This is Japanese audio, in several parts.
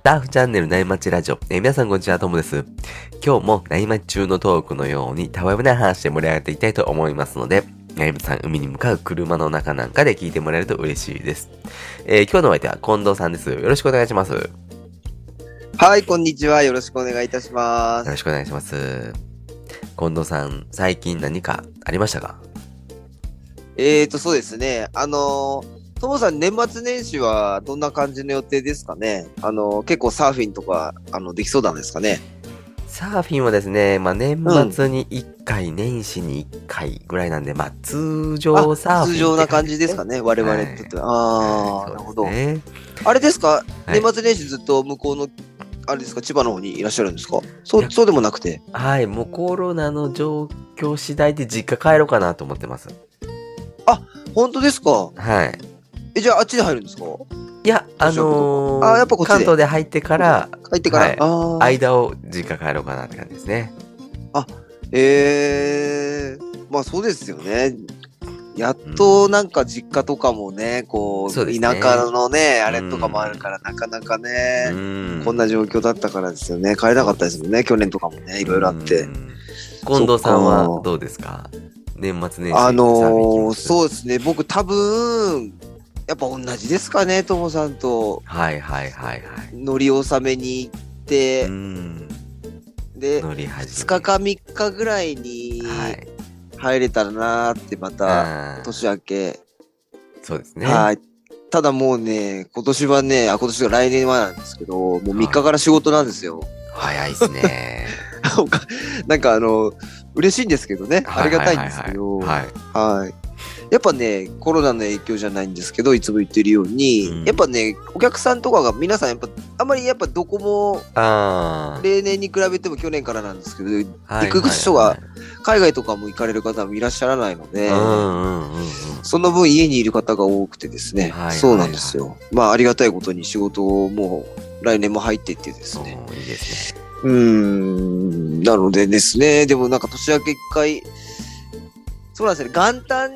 ターフチャンネル内町ラジオ。皆さんこんにちは、ともです。今日も内町中のトークのようにたわいもない話で盛り上がっていきたいと思いますので、皆さん海に向かう車の中なんかで聞いてもらえると嬉しいです。今日のお相手は近藤さんです。よろしくお願いします。 はい、こんにちは。よろしくお願いいたします。 よろしくお願いします。近藤さん、最近何かありましたか？ そうですね。ともさん、年末年始はどんな感じの予定ですかね？結構サーフィンとか、できそうなんですかね？ サーフィンはですね、年末に1回、年始に1回ぐらいなんで、通常サーフィン通常な感じってですかね、我々にとっては。なるほど。 ね、 あれですか、 はい、 年末年始ずっと向こうの、あれですか、千葉の方にいらっしゃるんですか？そうでもなくて。 はい、もうコロナの状況次第で実家帰ろうかなと思ってます。 あ、本当ですか？ はい。 じゃああっちで入るんですか？ いや、 やっぱこっちで関東で入ってから、 帰ってから、 はい、間を実家帰ろうかなって感じですね。 まあそうですよね。やっとなんか実家とかもね、こう、 そうですね、 田舎のね、あれとかもあるから、なかなかね、こんな状況だったからですよね。帰れなかったですもんね、去年とかもね、いろいろあって。 近藤さんはどうですか？年末年始サーフィン行きます？ そうですね、僕多分、やっぱ同じですかね、ともさんと。 はいはいはいはい。 乗り納めに行って、で、2日か3日ぐらいに入れたらなーって、また年明け。 そうですね。 はい。ただもうね、今年はね、今年が来年はなんですけど、もう3日から仕事なんですよ。 早いっすね。 なんか嬉しいんですけどね、ありがたいんですけど、はい。やっぱね、コロナの影響じゃないんですけど、いつも言ってるように、やっぱね、お客さんとかが皆さんやっぱ、あんまりやっぱどこも、例年に比べても去年からなんですけど、行く人が、海外とかも行かれる方もいらっしゃらないので、その分家にいる方が多くてですね、そうなんですよ。まあありがたいことに仕事をもう来年も入っていってですね。 いいですね。 なのでですね、でもなんか年明け一回、そうなんですね、元旦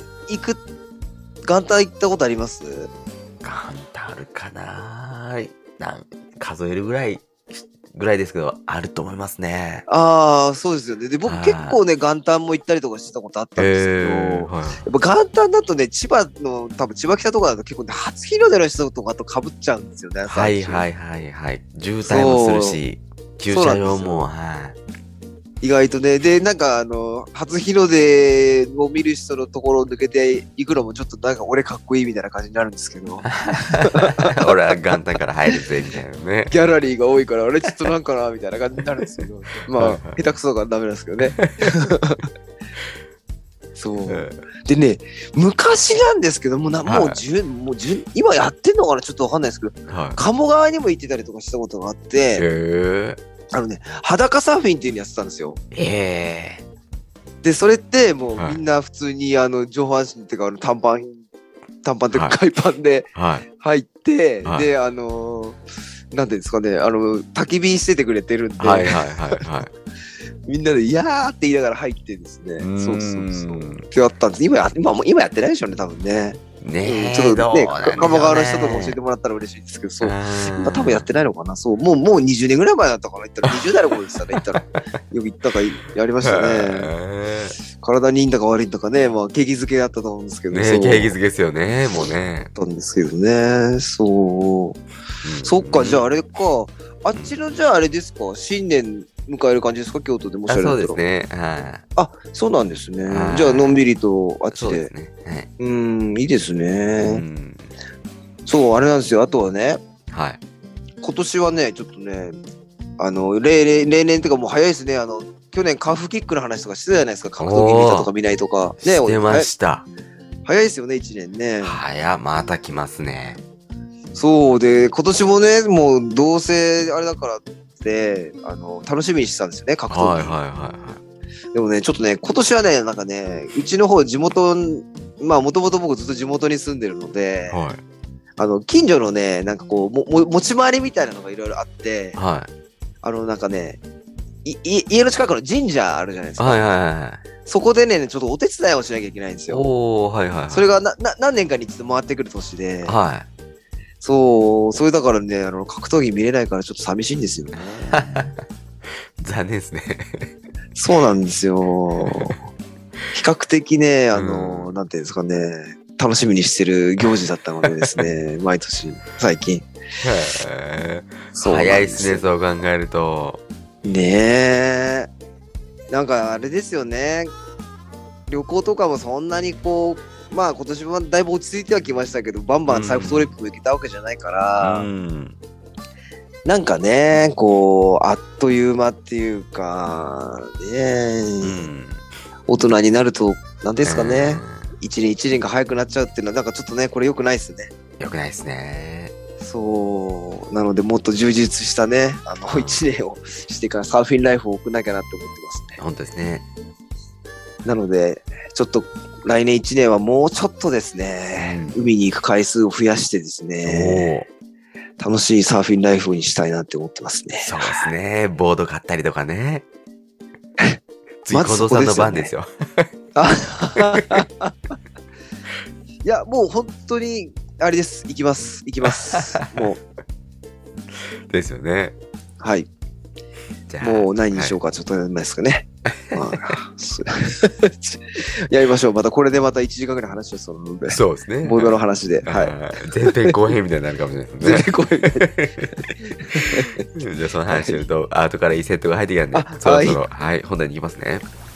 行ったことあります？ 元旦あるかな？数えるぐらいですけど、あると思いますね。 そうですよね。で、僕結構ね、元旦も行ったりとかしてたことあったんですけど、やっぱ元旦だとね、千葉北とかだと結構ね、初日の出の人とかと被っちゃうんですよね。 はいはいはいはい。渋滞もするし、駐車場も、 意外とね、で、なんか初日の出を見る人のところを抜けていくのもちょっとなんか俺かっこいいみたいな感じになるんですけど。 俺は元旦から入るぜ、みたいなね。 ギャラリーが多いから、俺ちょっとなんかな、みたいな感じになるんですけど。まあ、下手くそだからダメなんですけどね。そう。でね、昔なんですけども、今やってんのかなちょっとわかんないですけど、鴨川にも行ってたりとかしたことがあって、裸サーフィンっていうのやってたんですよ。で、それってもうみんな普通に上半身っていうか短パンっていうか海パンで入って、で、なんていうんですかね、焚き火しててくれてるんで、みんなでいやーって言いながら入ってですね、そう。ってやったんです。今やってないでしょうね、多分ね。ちょっとね、鴨川の人とか教えてもらったら嬉しいんですけど、そう。多分やってないのかな。そう。もう20年ぐらい前だったかな。言ったら20代の頃でしたね。言ったら。よく行ったかやりましたね。体にいいんだか悪いんだかね。まあ、景気づけだったと思うんですけど。 ね、景気づけですよね。もうね。 だったんですけどね。そう。そっか、じゃああれか。あっちのじゃああれですか。新年迎える感じですか、京都でもしゃれたら。 そうですね。 そうなんですね。じゃあのんびりとあっちで。 そうですね。 いいですね。そう、あれなんですよ。あとはね。今年はね、ちょっとね、例年っていうかもう早いですね。去年カーフキックの話とかしてたじゃないですか。格闘技見たとか見ないとか。 ね、してました。 早いですよね、1年ね。 また来ますね。 そうで、今年もね、もうどうせあれだからって、楽しみにしてたんですよね、格闘技。でもね、ちょっとね、今年はね、なんかね、うちの方、まあ、もともと僕ずっと地元に住んでるので、近所のね、なんかこう、持ち回りみたいなのがいろいろあって、なんかね、家の近くの神社あるじゃないですか。そこでね、ちょっとお手伝いをしなきゃいけないんですよ。それが何年かに一度回ってくる年で、 それだからね、格闘技見れないからちょっと寂しいんですよね。 残念ですね。 そうなんですよ。比較的ね、なんていうんですかね、楽しみにしてる行事だったのでですね、毎年、最近。 へ早いですね、そう考えると。 ねえ。なんかあれですよね。旅行とかもそんなにこう、まあ今年はだいぶ落ち着いてはきましたけど、バンバン財布トリップも行けたわけじゃないから、なんかね、こう、あっという間っていうか、ね、大人になると、なんですかね、一年一年が早くなっちゃうっていうのは、なんかちょっとね、これ良くないですね。 良くないですね。 そう。なので、もっと充実したね、一年をしてからサーフィンライフを送らなきゃなって思ってますね。 本当ですね。 なので、ちょっと来年1年はもうちょっとですね、海に行く回数を増やしてですね、楽しいサーフィンライフにしたいなって思ってますね。 そうですね。ボード買ったりとかね。次、近藤さんの番ですよ。 いや、もう本当に、あれです。行きます。もう。ですよね。 はい。もう何にしようか、ちょっとやりますかね。やりましょう。またこれでまた1時間ぐらい話をするので。 そうですね。 ボードの話で。はい。 前編後編みたいになるかもしれないですね。前編後編。じゃあその話すると、後からいいセットが入ってきたんで、そろそろ、はい、本題に行きますね。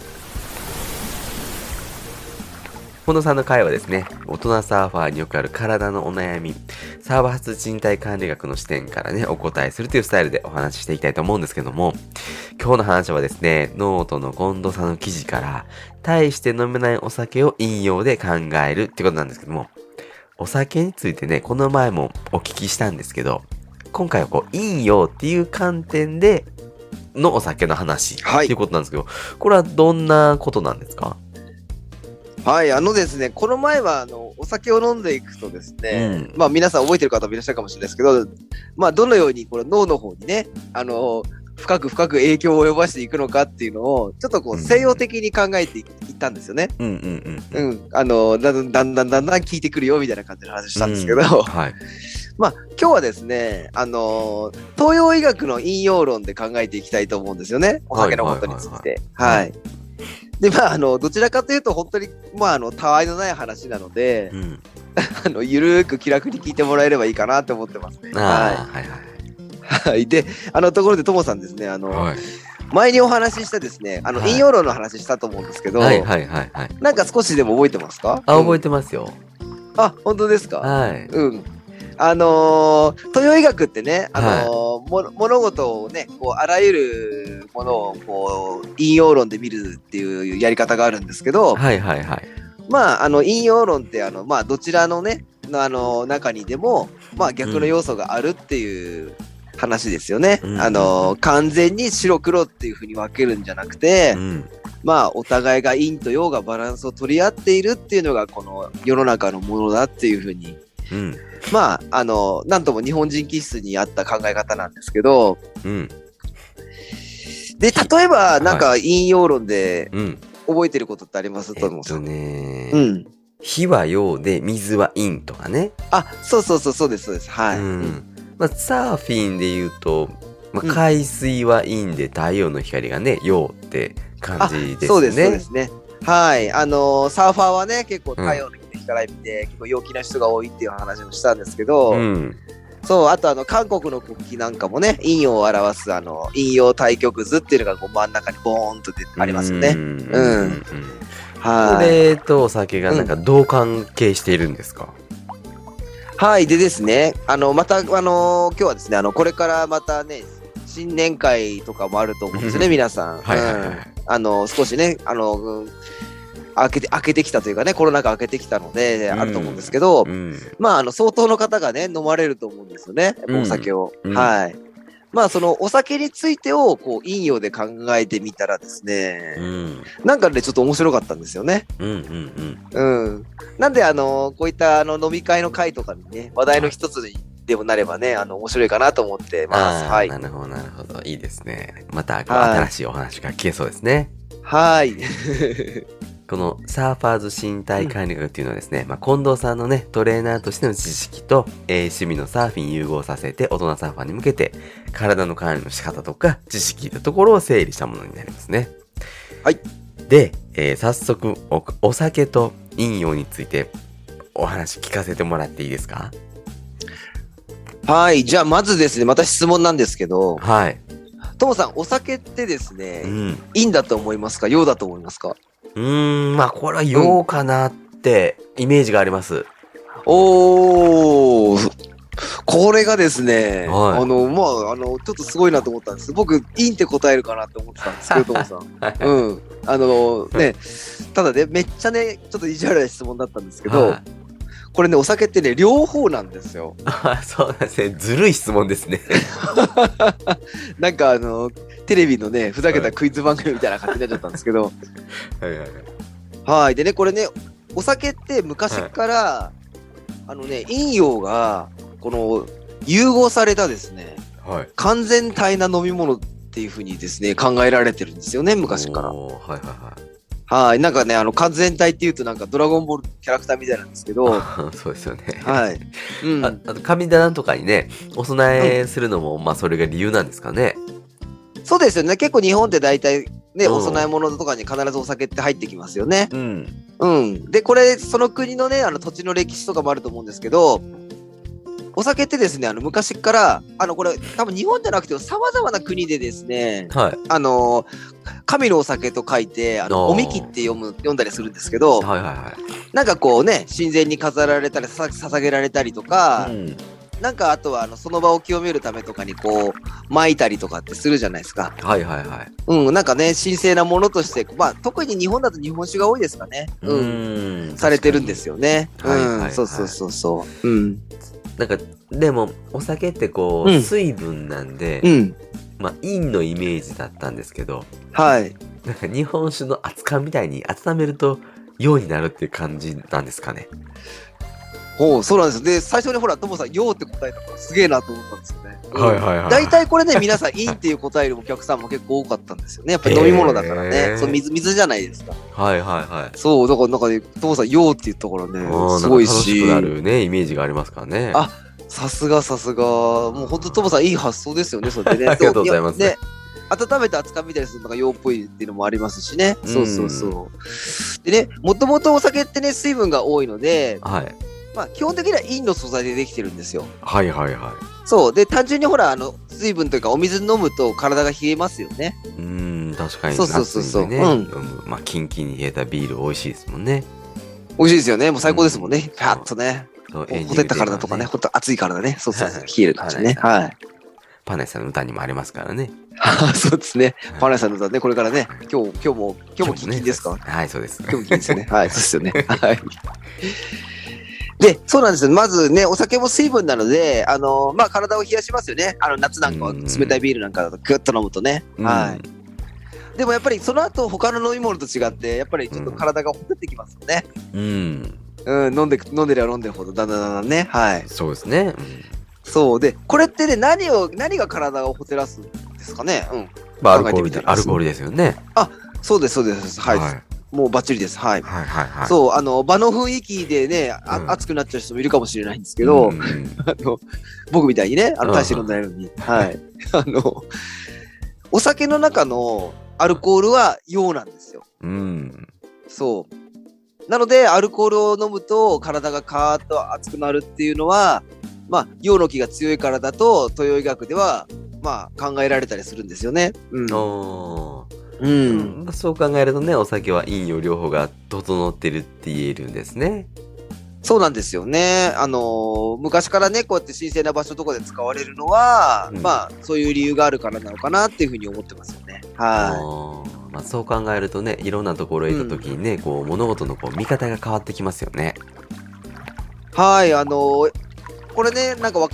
近藤さんの回はですね、大人サーファーによくある体のお悩み、サーバー発人体管理学の視点からね、お答えするというスタイルでお話ししていきたいと思うんですけども、今日の話はですね、ノートの近藤さんの記事から、大して飲めないお酒を飲用で考えるってことなんですけども、お酒についてね、この前もお聞きしたんですけど、今回はこう、飲用っていう観点でのお酒の話っていうことなんですけど、これはどんなことなんですか？ はい、ですね、この前はお酒を飲んでいくとですね、まあ皆さん覚えてる方もいらっしゃるかもしれないですけど、まあどのようにこの脳の方にね、深く影響を及ぼしていくのかっていうのを、ちょっとこう西洋的に考えていったんですよね。だんだん聞いてくるよみたいな感じの話したんですけど、はい。まあ今日はですね、東洋医学の引用論で考えていきたいと思うんですよね。お酒のことについて。はい。で、まあ、どちらかというと、本当に、まあ、たわいのない話なので、ゆるーく気楽に聞いてもらえればいいかなと思ってますね。はい。で、ところで、ともさんですね、前にお話ししたですね、引用論の話したと思うんですけど、なんか少しでも覚えてますか？ 覚えてますよ。 あ、本当ですか？ はい。 うん。東洋医学ってね、物事をね、こう、あらゆるものを、こう、引用論で見るっていうやり方があるんですけど、まあ、引用論って、まあ、どちらのね、中にでも、まあ、逆の要素があるっていう話ですよね。完全に白黒っていうふうに分けるんじゃなくて、まあ、お互いが陰と陽がバランスを取り合っているっていうのが、この世の中のものだっていうふうに、まあ、なんとも日本人気質にあった考え方なんですけど、で、例えば、なんか、引用論で、覚えてることってあります？と思う。 火は陽で水は陰とかね。 あ、そうです。はい。 まあ、サーフィンで言うと、まあ、海水は陰で太陽の光がね、陽って感じですね。 そうですね。はい。サーファーはね、結構太陽の光から見て、結構陽気な人が多いっていう話もしたんですけど、そう、あと韓国の国旗なんかもね、陰陽を表す陰陽対極図っていうのがこう真ん中にボーンとありますよね。 これとお酒がなんかどう関係しているんですか？ はい。でですね、また、今日はですね、これからまたね、新年会とかもあると思うんですよね、皆さん。少しね、開けてきたというかね、コロナ禍開けてきたので、あると思うんですけど、まあ、相当の方がね、飲まれると思うんですよね、お酒を。はい。まあ、そのお酒についてを、こう、陰陽で考えてみたらですね、なんかね、ちょっと面白かったんですよね。なんで、こういった飲み会の会とかにね、話題の一つにでもなればね、面白いかなと思ってます。はい。 なるほど。いいですね。また、新しいお話が聞けそうですね。 はい。 このサーファーズ身体管理学っていうのはですね、近藤さんのね、トレーナーとしての知識と、趣味のサーフィン融合させて、大人サーファーに向けて、体の管理の仕方とか、知識というところを整理したものになりますね。 はい。 で、早速お酒と飲用について、お話聞かせてもらっていいですか？ はい。じゃあ、まずですね、また質問なんですけど、 はい。 ともさん、お酒ってですね、陰だと思いますか？陽だと思いますか？ これは陽かなってイメージがあります。 おー、これがですね、はい、ちょっとすごいなと思ったんです。僕、陰って答えるかなって思ってたんですけど、ともさん。ね、ただね、めっちゃね、ちょっと意地悪な質問だったんですけど、これね、お酒ってね、両方なんですよ。 そうなんですね。ずるい質問ですね。 なんかテレビのね、ふざけたクイズ番組みたいな感じになっちゃったんですけど。はい。でね、これね、お酒って昔から、陰陽が、融合されたですね、完全体な飲み物っていうふうにですね、考えられてるんですよね、昔から。はい。なんかね、完全体っていうとなんかドラゴンボールのキャラクターみたいなんですけど。 そうですよね。 はい。 あと、神棚とかにね、お供えするのも、それが理由なんですかね。 そうですよね。結構日本って大体ね、お供え物とかに必ずお酒って入ってきますよね。で、これ、その国のね、土地の歴史とかもあると思うんですけど、お酒ってですね、昔から、これ、多分日本じゃなくて、様々な国でですね、神のお酒と書いて、おみきって読んだりするんですけど、なんかこうね、神前に飾られたり、捧げられたりとか、なんかあとはその場を清めるためとかにこう撒いたりとかってするじゃないですか。なんかね、神聖なものとして、特に日本だと日本酒が多いですかね。されてるんですよね。そう。 なんかでもお酒ってこう、水分なんで、陰のイメージだったんですけど、なんか日本酒の熱燗みたいに温めると陽になるっていう感じなんですかね。 そうなんですよ。で、最初にほら、ともさん、陽って答えたからすげえなと思ったんですよね。大体これね、皆さん、陰っていう答えるお客さんも結構多かったんですよね。やっぱり飲み物だからね。そう、水じゃないですか。そう、だからなんかね、ともさん、陽って言ったからね、すごいし。 楽しくなるね、イメージがありますからね。 さすが。もうほんと、ともさん、いい発想ですよね、それでね。 ありがとうございます。 ね、温めて熱燗みたいにするのが陽っぽいっていうのもありますしね。そう。でね、もともとお酒ってね、水分が多いので、基本的には陰の素材でできてるんですよ。そう。で、単純にほら、水分というかお水飲むと体が冷えますよね。 確かに。 そう。 キンキンに冷えたビール美味しいですもんね。 美味しいですよね。もう最高ですもんね。パッとね。ほてった体とかね、ほんと熱い体ね。そう。冷える感じね。 パネさんの歌にもありますからね。 そうですね。パネさんの歌ね、これからね、今日もキンキンですか？ はい、そうです。 今日もキンですよね。はい、そうですよね。で、そうなんですよ。まずね、お酒も水分なので、体を冷やしますよね。夏なんかは冷たいビールなんかだとグッと飲むとね。でもやっぱりその後、他の飲み物と違って、やっぱりちょっと体がほてってきますよね。飲んでれば飲んでるほど、だんだんね。 そうですね。 そう。で、これってね、何が体をほてらすんですかね。 アルコールですよね。 そうです。もうバッチリです。そう、場の雰囲気でね、熱くなっちゃう人もいるかもしれないんですけど、僕みたいにね、大して飲んでないのに。お酒の中のアルコールは陽なんですよ。そう。なので、アルコールを飲むと体がカーッと熱くなるっていうのは、陽の気が強いからだと、東洋医学では、考えられたりするんですよね。 そう考えるとね、お酒は陰陽両方が整ってるって言えるんですね。 そうなんですよね。昔からね、こうやって神聖な場所とかで使われるのは、そういう理由があるからなのかなっていうふうに思ってますよね。 そう考えるとね、いろんなところへ行った時にね、こう物事の見方が変わってきますよね。 これね、なんか分かっ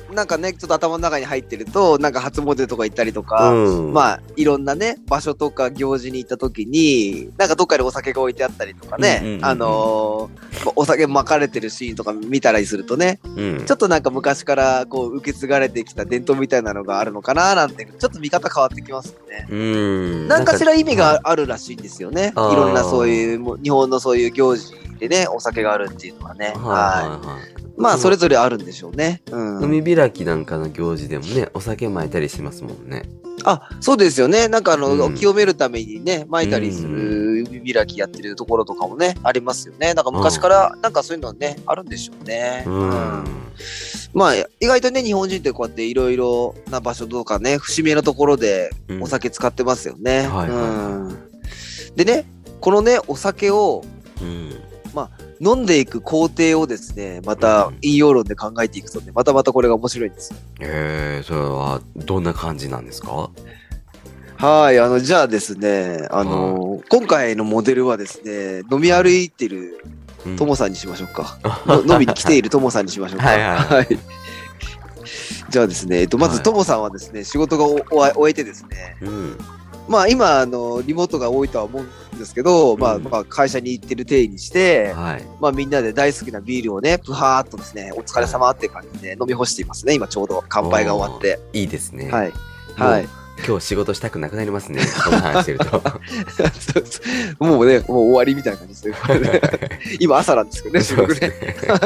なんかね、ちょっと頭の中に入ってると、なんか初詣とか行ったりとか、まあ、いろんなね、場所とか行事に行った時に、なんかどっかでお酒が置いてあったりとかね、お酒巻かれてるシーンとか見たりするとね、ちょっとなんか昔からこう受け継がれてきた伝統みたいなのがあるのかななんて、ちょっと見方変わってきますよね。なんかしら意味があるらしいんですよね。いろんなそういう、日本のそういう行事でね、お酒があるっていうのはね。まあそれぞれあるんでしょうね。 海開きなんかの行事でもね、お酒撒いたりしますもんね。 あ、そうですよね。なんか清めるためにね、撒いたりする海開きやってるところとかもね、ありますよね。だから昔からなんかそういうのね、あるんでしょうね。まあ意外とね、日本人ってこうやっていろいろな場所とかね、節目のところでお酒使ってますよね。でね、このね、お酒を、まあ飲んでいく工程をですね、また引用論で考えていくとね、またこれが面白いんですよ。 それはどんな感じなんですか？ はい、じゃあですね、今回のモデルはですね、飲み歩いてるともさんにしましょうか。飲みに来ているともさんにしましょうか。はい。じゃあですね、まずともさんはですね、仕事が終えてですね、まあ今リモートが多いとは思うんですけど、まあ会社に行ってる体にして、まあみんなで大好きなビールをね、ぷはーっとですね、お疲れ様っていう感じで飲み干していますね。今ちょうど乾杯が終わって。 いいですね。 はい。 今日仕事したくなくなりますね。この話してると。 もうね、もう終わりみたいな感じですね。今朝なんですけどね、仕事ね。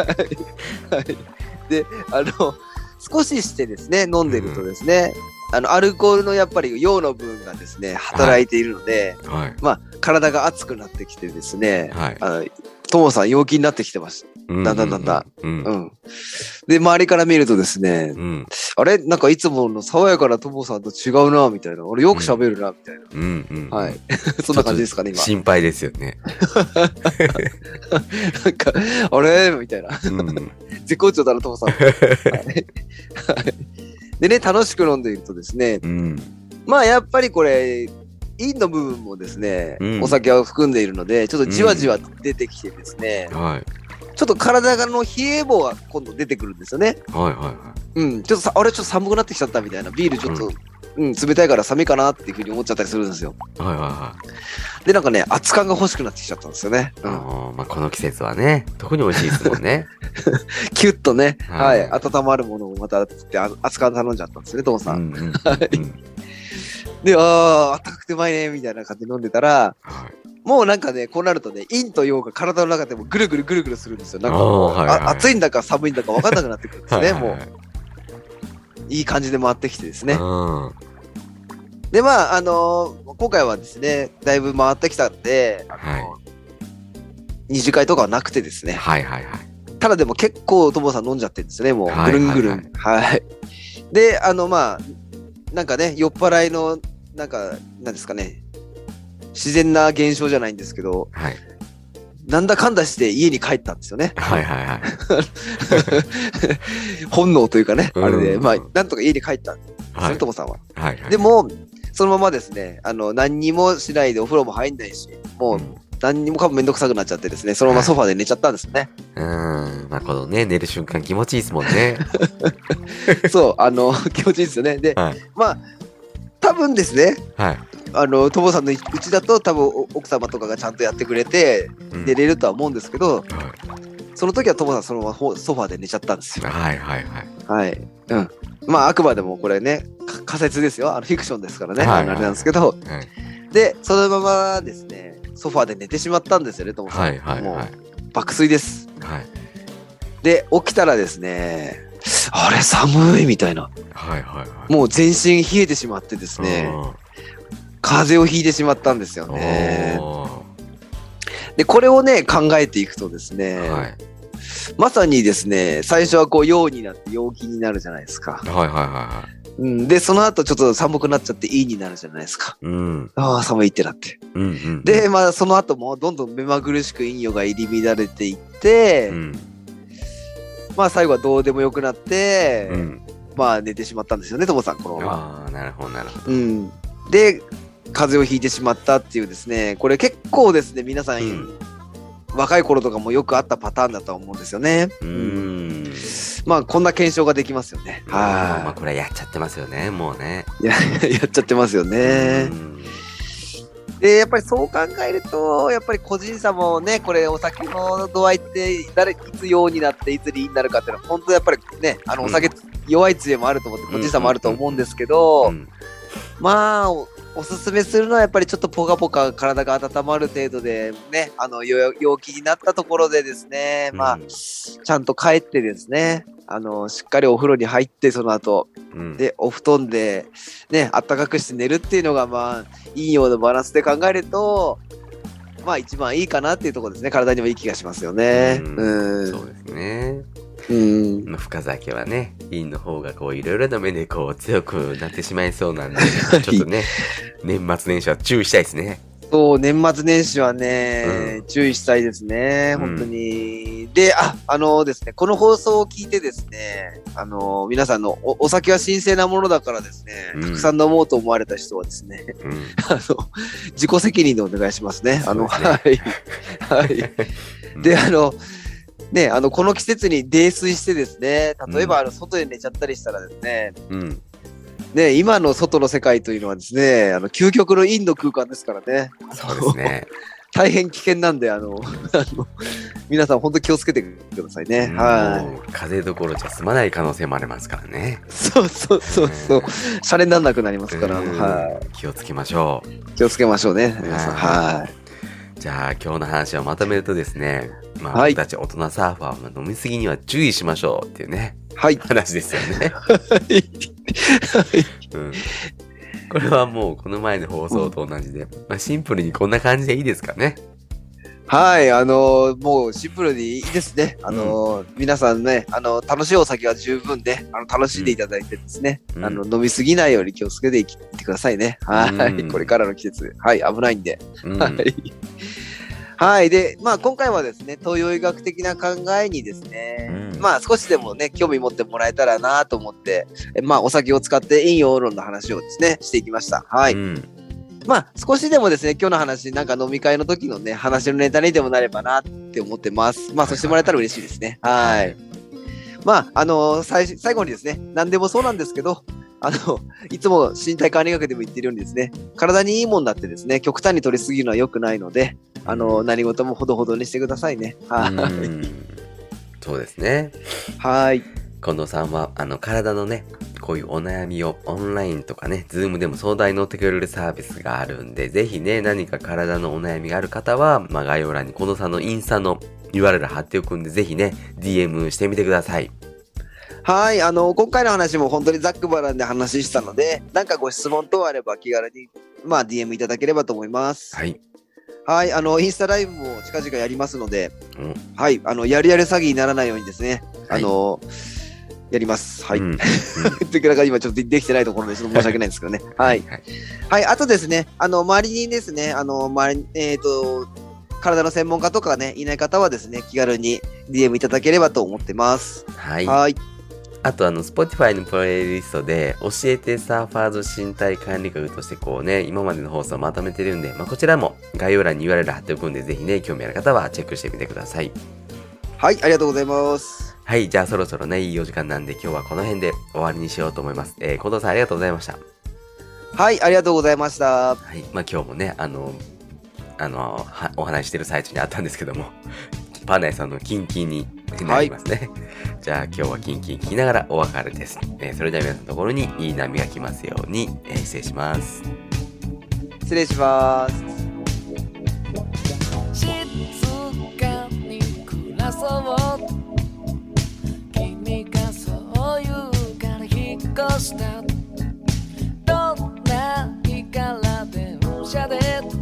で、少ししてですね、飲んでるとですね、アルコールのやっぱり陽の分がですね、働いているので、まあ、体が熱くなってきてですね、ともさん陽気になってきてます。だんだん。で、周りから見るとですね、あれなんかいつもの爽やかなともさんと違うな、みたいな。俺よく喋るな、みたいな。はい。そんな感じですかね、今。 心配ですよね。 なんか、あれみたいな。絶好調だな、ともさん。でね、楽しく飲んでいるとですね、まあやっぱりこれ、陰の部分もですね、お酒を含んでいるので、ちょっとじわじわ出てきてですね、ちょっと体の冷え棒が今度出てくるんですよね。ちょっとあれちょっと寒くなってきちゃったみたいな、ビールちょっと、冷たいから寒いかなっていうふうに思っちゃったりするんですよ。で、なんかね、熱燗が欲しくなってきちゃったんですよね。 まあこの季節はね、特に美味しいですもんね。 キュッとね、温まるものをまた熱燗頼んじゃったんですよね、トモさん。で、あったかくてうまいね、みたいな感じで飲んでたら、もうなんかね、こうなるとね、陰と陽が体の中でもぐるぐるするんですよ。なんかもう、暑いんだか寒いんだか分かんなくなってくるんですね、もう。いい感じで回ってきてですね。で、まあ、今回はですね、だいぶ回ってきたんで、二次会とかはなくてですね。ただでも結構、ともさん飲んじゃってるんですね、もう。ぐるんぐるん。で、まあ、なんかね、酔っ払いの、なんか、なんですかね、自然な現象じゃないんですけど、なんだかんだして家に帰ったんですよね。本能というかね、あれで、まあ、なんとか家に帰ったんですよ、ともさんは。でも、そのままですね、何にもしないでお風呂も入んないし、もう、何にもかもめんどくさくなっちゃってですね、そのままソファで寝ちゃったんですよね。 まあこのね、寝る瞬間気持ちいいですもんね。 そう、気持ちいいですよね。で、まあ、多分ですね、ともさんのうちだと多分奥様とかがちゃんとやってくれて寝れるとは思うんですけど、その時はともさんそのままソファで寝ちゃったんですよ。まああくまでもこれね、仮説ですよ。フィクションですからね。あれなんですけど、で、そのままですね、ソファで寝てしまったんですよね、ともさん。もう爆睡です。で、起きたらですね、あれ寒いみたいな。もう全身冷えてしまってですね、風邪をひいてしまったんですよね。で、これをね、考えていくとですね、まさにですね、最初はこう陽になって陽気になるじゃないですか。で、その後ちょっと寒くなっちゃって陰になるじゃないですか。ああ、寒いってなって。で、まあその後もどんどん目まぐるしく陰陽が入り乱れていって、まあ最後はどうでもよくなって、まあ寝てしまったんですよね、ともさん、このまま。 なるほど。 で、風邪をひいてしまったっていうですね、これ結構ですね、皆さん、若い頃とかもよくあったパターンだと思うんですよね。 まあこんな検証ができますよね。 まあこれやっちゃってますよね、もうね。 やっちゃってますよね。で、やっぱりそう考えると、やっぱり個人差もね、これお酒の度合いっていつ陽になっていつ陰になるかっていうのは、本当やっぱりね、お酒弱い強いもあると思って、個人差もあると思うんですけど、まあ、おすすめするのはやっぱりちょっとポカポカ体が温まる程度でね、陽気になったところでですね、まあ、ちゃんと帰ってですね、しっかりお風呂に入って、その後、で、お布団でね、あったかくして寝るっていうのが、まあ、陰陽のバランスで考えると、まあ一番いいかなっていうところですね。体にもいい気がしますよね。 そうですね。深酒はね、陰の方がこういろいろな面でこう強くなってしまいそうなんで、ちょっとね、年末年始は注意したいですね。 そう、年末年始はね、注意したいですね。本当に。で、ですね、この放送を聞いてですね、皆さんのお酒は神聖なものだからですね、たくさん飲もうと思われた人はですね、自己責任でお願いしますね。はい。はい。で、ね、この季節に泥酔してですね、例えば外で寝ちゃったりしたらですね、ね、今の外の世界というのはですね、究極の陰の空間ですからね。 そうですね。 大変危険なんで、皆さん本当気をつけてくださいね。はい。 風邪どころじゃ済まない可能性もありますからね。 そう。シャレにならなくなりますから。はい。 気をつけましょう。 気をつけましょうね。皆さん。はい。 じゃあ今日の話をまとめるとですね、まあ僕たち大人サーファーは飲みすぎには注意しましょうっていうね、話ですよね。これはもうこの前の放送と同じで、まあ、シンプルにこんな感じでいいですかね。 はい、もうシンプルにいいですね。皆さんね、楽しいお酒は十分で、楽しんでいただいてですね、飲みすぎないように気をつけていってくださいね。はい、これからの季節、はい、危ないんで。はい。はい。で、まあ今回はですね、東洋医学的な考えにですね、まあ少しでもね、興味持ってもらえたらなと思って、まあお酒を使って陰陽論の話をですね、していきました。はい。まあ少しでもですね、今日の話、なんか飲み会の時のね、話のネタにでもなればなって思ってます。まあそうしてもらえたら嬉しいですね。はい。まあ、最後にですね、何でもそうなんですけど、いつも身体管理学でも言ってるようにですね、体にいいもんだってですね、極端に取りすぎるのは良くないので、何事もほどほどにしてくださいね。はい。 そうですね。 はい。 近藤さんは、体のね、こういうお悩みをオンラインとかね、ズームでも相談に乗ってくれるサービスがあるんで、ぜひね、何か体のお悩みがある方は、まあ、概要欄に近藤さんのインスタの URL 貼っておくんで、ぜひね、DM してみてください。 はい、今回の話も本当にざっくばらんで話したので、なんかご質問等あれば気軽に、まあ DM いただければと思います。 はい。 はい、インスタライブも近々やりますので、はい、やる詐欺にならないようにですね、やります。はい。というか今ちょっとできてないところでちょっと申し訳ないんですけどね。はい。はい。あとですね、周りにですね、体の専門家とかね、いない方はですね、気軽に DM いただければと思ってます。 はい。はい。あとSpotify のプレイリストで、教えてサーファーズ身体管理学としてこうね、今までの放送をまとめてるんで、まあ、こちらも概要欄に URL 貼っておくんで、ぜひね、興味ある方はチェックしてみてください。 はい、ありがとうございます。 はい、じゃあそろそろね、いいお時間なんで、今日はこの辺で終わりにしようと思います。近藤さんありがとうございました。 はい、ありがとうございました。 はい、まあ今日もね、お話ししてる最中にあったんですけども、パンダイさんのキンキンになりますね。はい、じゃあ今日はキンキン聞きながらお別れです。それでは皆さんのところにいい波が来ますように、失礼します。 失礼します。 静かに暮らそう君がそう言うから引っ越したどんな日から電車で